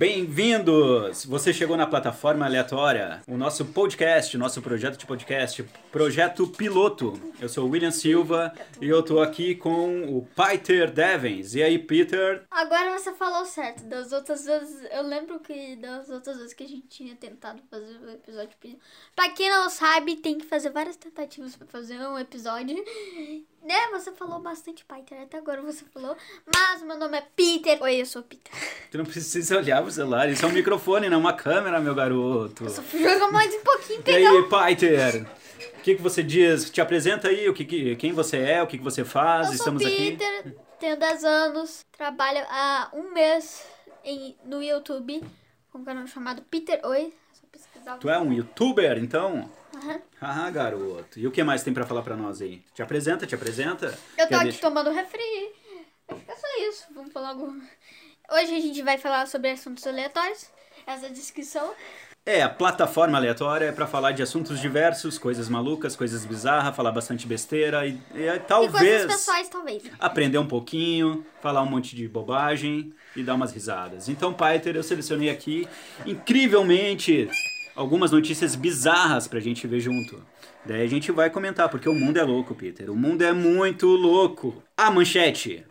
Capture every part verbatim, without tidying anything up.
Bem-vindos! Você chegou na plataforma aleatória, o nosso podcast, nosso projeto de podcast, projeto piloto. Eu sou o William Silva e eu tô aqui com o Peter Devens. E aí, Peter? Agora você falou certo. Das outras vezes, eu lembro que das outras vezes que a gente tinha tentado fazer o episódio piloto. Pra quem não sabe, tem que fazer várias tentativas pra fazer um episódio. Né? Você falou bastante Peter, até agora você falou. Mas meu nome é Peter. Oi, eu sou o Peter. Tu não precisa olhar pro celular, isso é um microfone, não uma câmera, meu garoto. Eu só fui jogar mais um pouquinho, E pegar. aí, Peter? O que, que você diz? Te apresenta aí, o que, que, quem você é, o que, que você faz, Eu estamos sou aqui. Peter, tenho dez anos, trabalho há um mês em, no YouTube com um canal chamado Peter Oi. É só pesquisar. Tu é um youtuber, então? Uhum. Ah, garoto. E o que mais tem pra falar pra nós aí? Te apresenta, te apresenta. Eu tô Quer aqui deixar- tomando refri. Acho que é só isso. Vamos falar algo. Hoje a gente vai falar sobre assuntos aleatórios. Essa descrição. É, a plataforma aleatória é pra falar de assuntos diversos, coisas malucas, coisas bizarras, falar bastante besteira e, e, E talvez coisas pessoais, talvez. aprender um pouquinho, falar um monte de bobagem e dar umas risadas. Então, Peter, eu selecionei aqui, incrivelmente, algumas notícias bizarras pra gente ver junto. Daí a gente vai comentar, porque o mundo é louco, Peter. O mundo é muito louco. A manchete.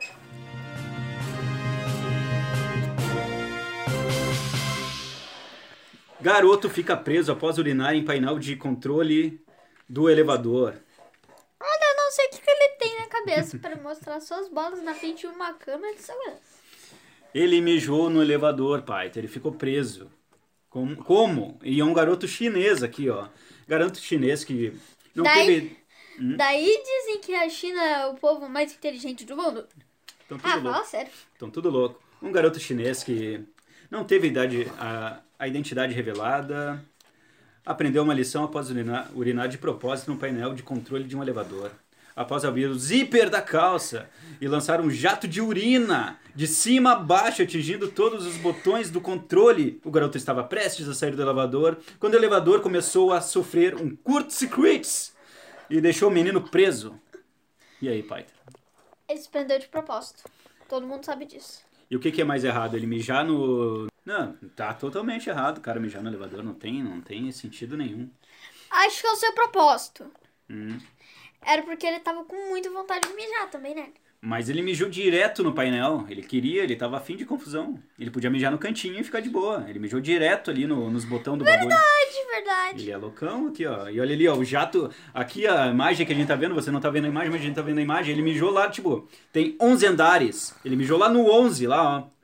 Garoto fica preso após urinar em painel de controle do elevador. Olha, eu não sei o que, que ele tem na cabeça para mostrar suas bolas na frente de uma câmera de segurança. Ele mijou no elevador, Peter. Ele ficou preso. Como? Como? E é um garoto chinês aqui, ó. Garoto chinês que não Daí- teve... Daí dizem que a China é o povo mais inteligente do mundo. Estão tudo Ah, louco. fala sério. Estão tudo louco. Um garoto chinês que não teve idade, a, a identidade revelada, aprendeu uma lição após urinar, urinar de propósito no painel de controle de um elevador. Após abrir o zíper da calça e lançar um jato de urina de cima a baixo, atingindo todos os botões do controle, o garoto estava prestes a sair do elevador quando o elevador começou a sofrer um curto-circuito e deixou o menino preso. E aí, Peter? Ele se prendeu de propósito. Todo mundo sabe disso. E o que, que é mais errado? Ele mijar no... Não, tá totalmente errado o cara mijar no elevador. Não tem, não tem sentido nenhum. Acho que é o seu propósito. Hum. Era porque ele tava com muita vontade de mijar também, né? Mas ele mijou direto no painel. Ele queria, ele tava afim de confusão. Ele podia mijar no cantinho e ficar de boa. Ele mijou direto ali no, nos botões do bagulho. De verdade. Ele é loucão aqui, ó. E olha ali, ó, o jato... Aqui a imagem que a gente tá vendo, você não tá vendo a imagem, mas a gente tá vendo a imagem. Ele mijou lá, tipo, tem onze andares. Ele mijou lá no onze, lá, ó.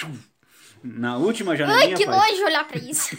Na última janelinha, Ai, que pai. nojo olhar pra isso.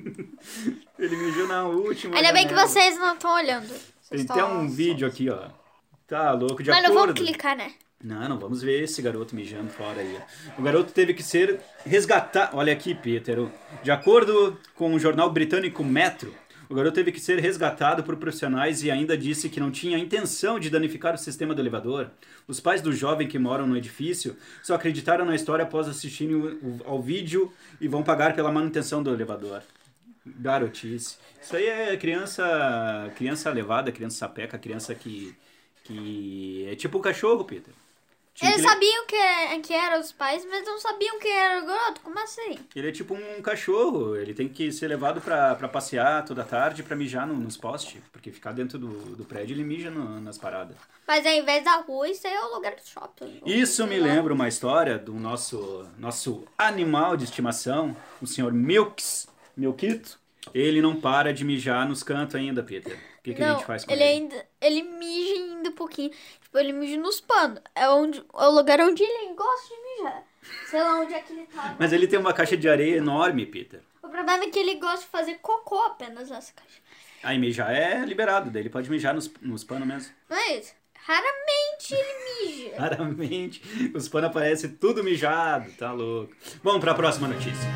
Ele mijou na última Ainda bem que janela. vocês não estão olhando. Tem Vocês até tão- um vídeo aqui, ó. Tá louco, de Mas não acordo. vamos clicar, né? Não, não vamos ver esse garoto mijando fora aí. ó. O garoto teve que ser resgatado. Olha aqui, Peter. De acordo com o jornal britânico Metro, o garoto teve que ser resgatado por profissionais e ainda disse que não tinha a intenção de danificar o sistema do elevador. Os pais do jovem que moram no edifício só acreditaram na história após assistirem o- o- ao vídeo e vão pagar pela manutenção do elevador. Garotice. Isso aí é criança, criança levada, criança sapeca, criança que, que é tipo um cachorro, Peter. Tinha Eles que le- sabiam que, que eram os pais, mas não sabiam quem era o garoto. Como assim? Ele é tipo um cachorro, ele tem que ser levado pra, pra passear toda tarde pra mijar no- nos postes, porque ficar dentro do, do prédio ele mija no- nas paradas. Mas ao invés da rua, isso aí é o lugar do shopping. Isso me lembra uma história do nosso, nosso animal de estimação, o senhor Milks, Milkito. Ele não para de mijar nos cantos ainda, Peter. O que, que a Não, gente faz com ele ele? ainda. Ele mija ainda um pouquinho. Tipo, ele mija nos panos. É, onde, é o lugar onde ele gosta de mijar. Sei lá onde é que ele tá. Mas ele tem uma caixa de areia enorme, Peter. O problema é que ele gosta de fazer cocô apenas nessa caixa. Aí mijar é liberado, daí ele pode mijar nos, nos panos mesmo. Não é isso? Raramente ele mija. Raramente os panos aparecem tudo mijado, tá louco. Vamos pra próxima notícia.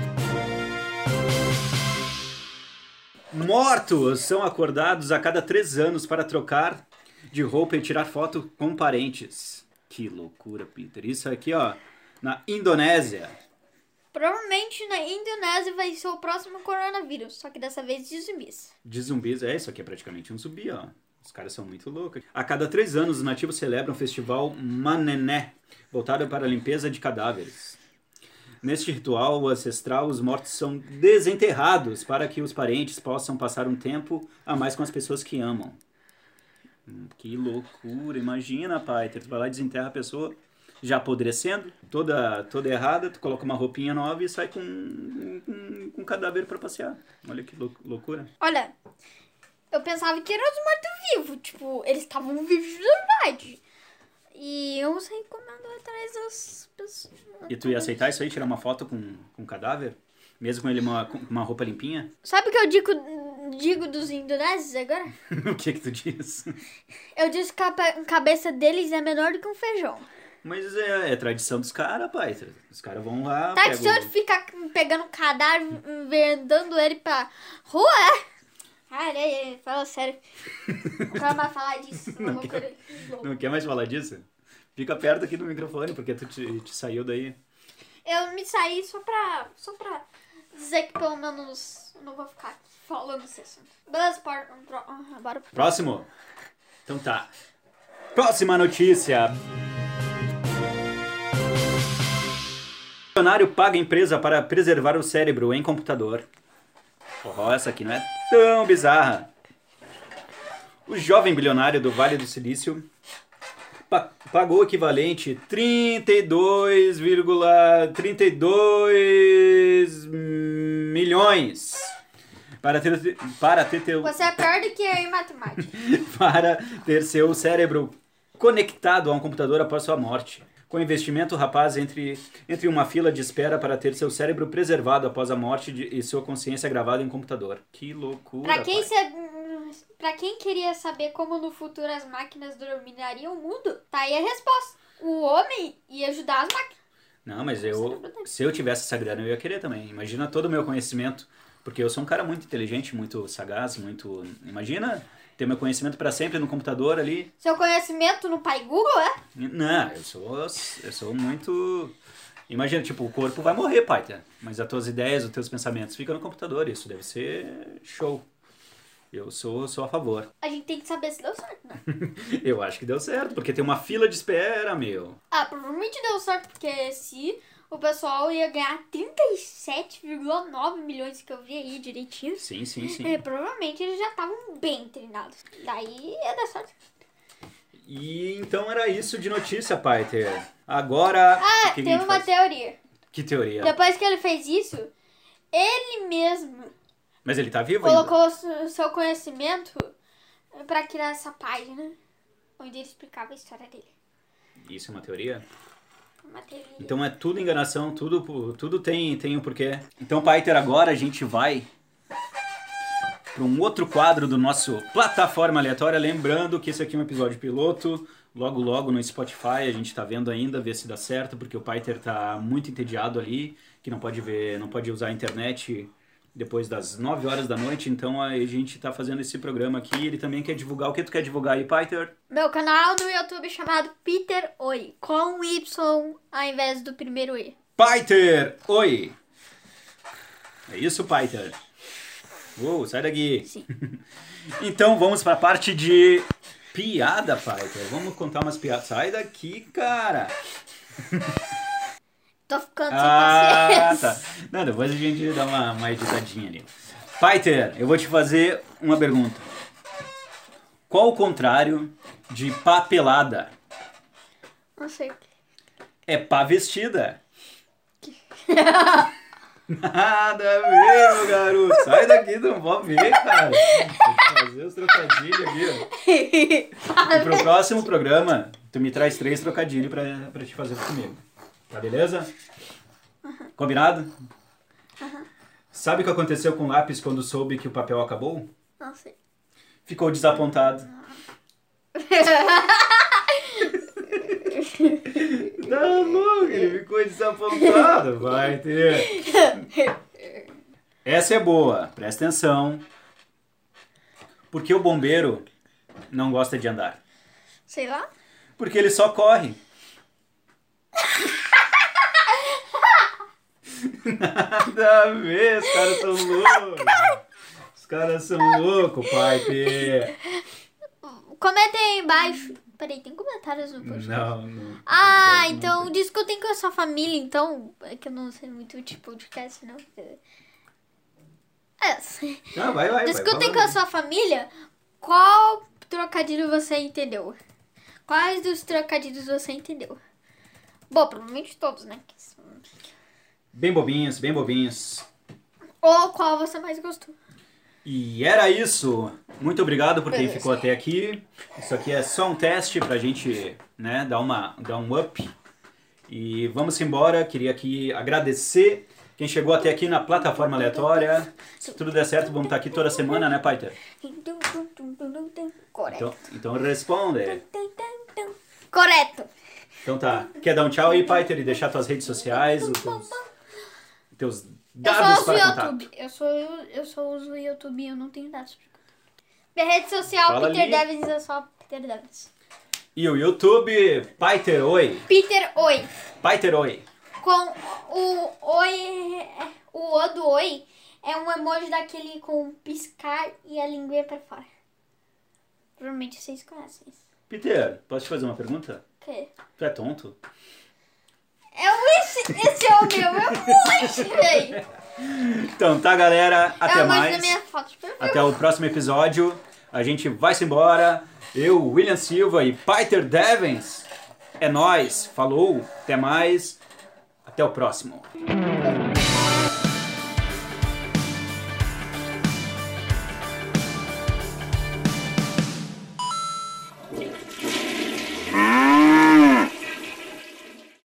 Mortos são acordados a cada três anos para trocar de roupa e tirar foto com parentes. Que loucura, Peter. Isso aqui, ó, na Indonésia. Provavelmente na Indonésia vai ser o próximo coronavírus. Só que dessa vez de zumbis. De zumbis, é, isso aqui é praticamente um zumbi, ó. Os caras são muito loucos. A cada três anos, os nativos celebram o festival Manené, voltado para a limpeza de cadáveres. Neste ritual ancestral, os mortos são desenterrados para que os parentes possam passar um tempo a mais com as pessoas que amam. Hum, Que loucura, imagina, pai, tu vai lá e desenterra a pessoa já apodrecendo, toda, toda errada, tu coloca uma roupinha nova e sai com, com, com um cadáver pra passear. Olha que lou- loucura. Olha, eu pensava que eram os mortos-vivos. Tipo, eles estavam vivos de verdade. E eu saí comendo atrás das pessoas. E tu ia aceitar isso aí, tirar uma foto com, com um cadáver? Mesmo com ele uma, com uma roupa limpinha? Sabe o que eu digo, digo dos indonésios agora? O que que tu diz? Eu disse que a pe- cabeça deles é menor do que um feijão. Mas é, é tradição dos caras, pai. Os caras vão lá, Tá de pegam... de ficar pegando cadáver, vendando ele pra rua, é? Cara, é, é, fala sério. Não quero mais falar disso. Não loucura. quer, não quer mais falar disso? Fica perto aqui do microfone, porque tu te, te saiu daí. Eu me saí só pra, só pra dizer que pelo menos eu não vou ficar falando esse assunto. Beleza, por, pro, ah, bora pro Próximo? Então tá. Próxima notícia. Funcionário paga a empresa para preservar o cérebro em computador. Oh, essa aqui não é tão bizarra. O jovem bilionário do Vale do Silício pa- pagou o equivalente a trinta e dois vírgula trinta e dois milhões para ter, para ter, teu- Você é pior do que eu em matemática. para ter seu cérebro conectado a um computador após sua morte. Com investimento, o rapaz entre, entre uma fila de espera para ter seu cérebro preservado após a morte de- e sua consciência gravada em um computador. Que loucura, Pra quem, pai. se, pra quem queria saber como no futuro as máquinas dominariam o mundo, tá aí a resposta. O homem ia ajudar as máquinas. Não, mas eu, se eu tivesse essa grana, eu ia querer também. Imagina todo o meu conhecimento, porque eu sou um cara muito inteligente, muito sagaz, muito... Imagina ter meu conhecimento para sempre no computador ali. Seu conhecimento no pai Google, é? Não, eu sou, eu sou muito... Imagina, tipo, o corpo vai morrer, pai, tá? Mas as tuas ideias, os teus pensamentos ficam no computador. Isso deve ser show. Eu sou, sou a favor. A gente tem que saber se deu certo, né? Eu acho que deu certo, porque tem uma fila de espera, meu. Ah, provavelmente deu certo, porque se o pessoal ia ganhar trinta e sete vírgula nove milhões que eu vi aí direitinho, Sim, sim, sim. é, provavelmente eles já estavam bem treinados. Daí ia dar certo. E então era isso de notícia, Paiter. Agora... Ah, o que que a tem gente uma faz? teoria. Que teoria? Depois que ele fez isso, ele mesmo Mas ele tá vivo ainda? colocou o seu conhecimento pra criar essa página onde ele explicava a história dele. Isso é uma teoria? Uma teoria. Então é tudo enganação, tudo, tudo tem, tem um porquê. Então, Paiter, agora a gente vai para um outro quadro do nosso Plataforma Aleatória. Lembrando que esse aqui é um episódio piloto. Logo, logo no Spotify a gente tá vendo ainda, ver se dá certo, porque o Paiter tá muito entediado ali, que não pode ver, não pode usar a internet depois das nove horas da noite. Então a gente tá fazendo esse programa aqui. Ele também quer divulgar. O que tu quer divulgar aí, Paiter? Meu canal no YouTube chamado Peter Oi, com Y ao invés do primeiro E. Paiter, oi! É isso, Paiter? Uou, sai daqui! Sim. Então vamos para a parte de piada, Paiter. Vamos contar umas piadas. Sai daqui, cara! Tô ficando sem Ah, paciência. tá. Não, depois a gente dá uma, uma editadinha ali. Paiter, eu vou te fazer uma pergunta. Qual o contrário de papelada? Não sei o que. É pá vestida. Nada a ver, meu garoto. Sai daqui, não pode ver, cara. Tem que fazer os trocadilhos aqui, ó. E pro próximo programa, tu me traz três trocadilhos pra, pra te fazer comigo. Tá beleza? Combinado? Sabe o que aconteceu com o lápis quando soube que o papel acabou? Não sei. Ficou desapontado. Tá louco, ele ficou desapontado. Vai ter. Essa é boa, presta atenção. Por que o bombeiro não gosta de andar? Sei lá. Porque ele só corre. Nada a ver, os caras são loucos. Os caras são loucos, pai. Comentem aí embaixo Peraí, tem comentários no podcast? Não, não. Ah, não então tem. discutem com a sua família, então. É que eu não sei muito de podcast, não. É. Não, vai, vai. Discutem vai, com a sua família qual trocadilho você entendeu. Quais dos trocadilhos você entendeu? Bom, provavelmente todos, né? Bem bobinhos, bem bobinhos. Ou qual você mais gostou. E era isso. Muito obrigado por quem Beleza. ficou até aqui. Isso aqui é só um teste pra gente, né, dar, uma, dar um up. E vamos embora. Queria aqui agradecer quem chegou até aqui na plataforma aleatória. Se tudo der certo, vamos estar aqui toda semana, né, Paiter? Correto. Então, então responde. Correto. Então tá. Quer dar um tchau aí, Paiter, e deixar tuas redes sociais, os teus, teus Eu só dados uso para o contato? YouTube. Eu só, eu, eu só uso o YouTube e eu não tenho dados pra contar. Minha rede social, Fala Peter ali. Devins, é só Peter Devins. E o YouTube, Paiter Oi. Peter Oi. Paiter Oi. Com o Oi, o O do Oi é um emoji daquele com piscar e a linguinha pra fora. Provavelmente vocês conhecem isso. Peter, posso te fazer uma pergunta? O quê? Tu é tonto? É o esse, esse é o meu emoji, velho. Então tá, galera. Até É o emoji mais. da minha foto de perfil. Até o próximo episódio. A gente vai-se embora. Eu, William Silva e Paiter Devins. É nóis. Falou. Até mais. Até o próximo.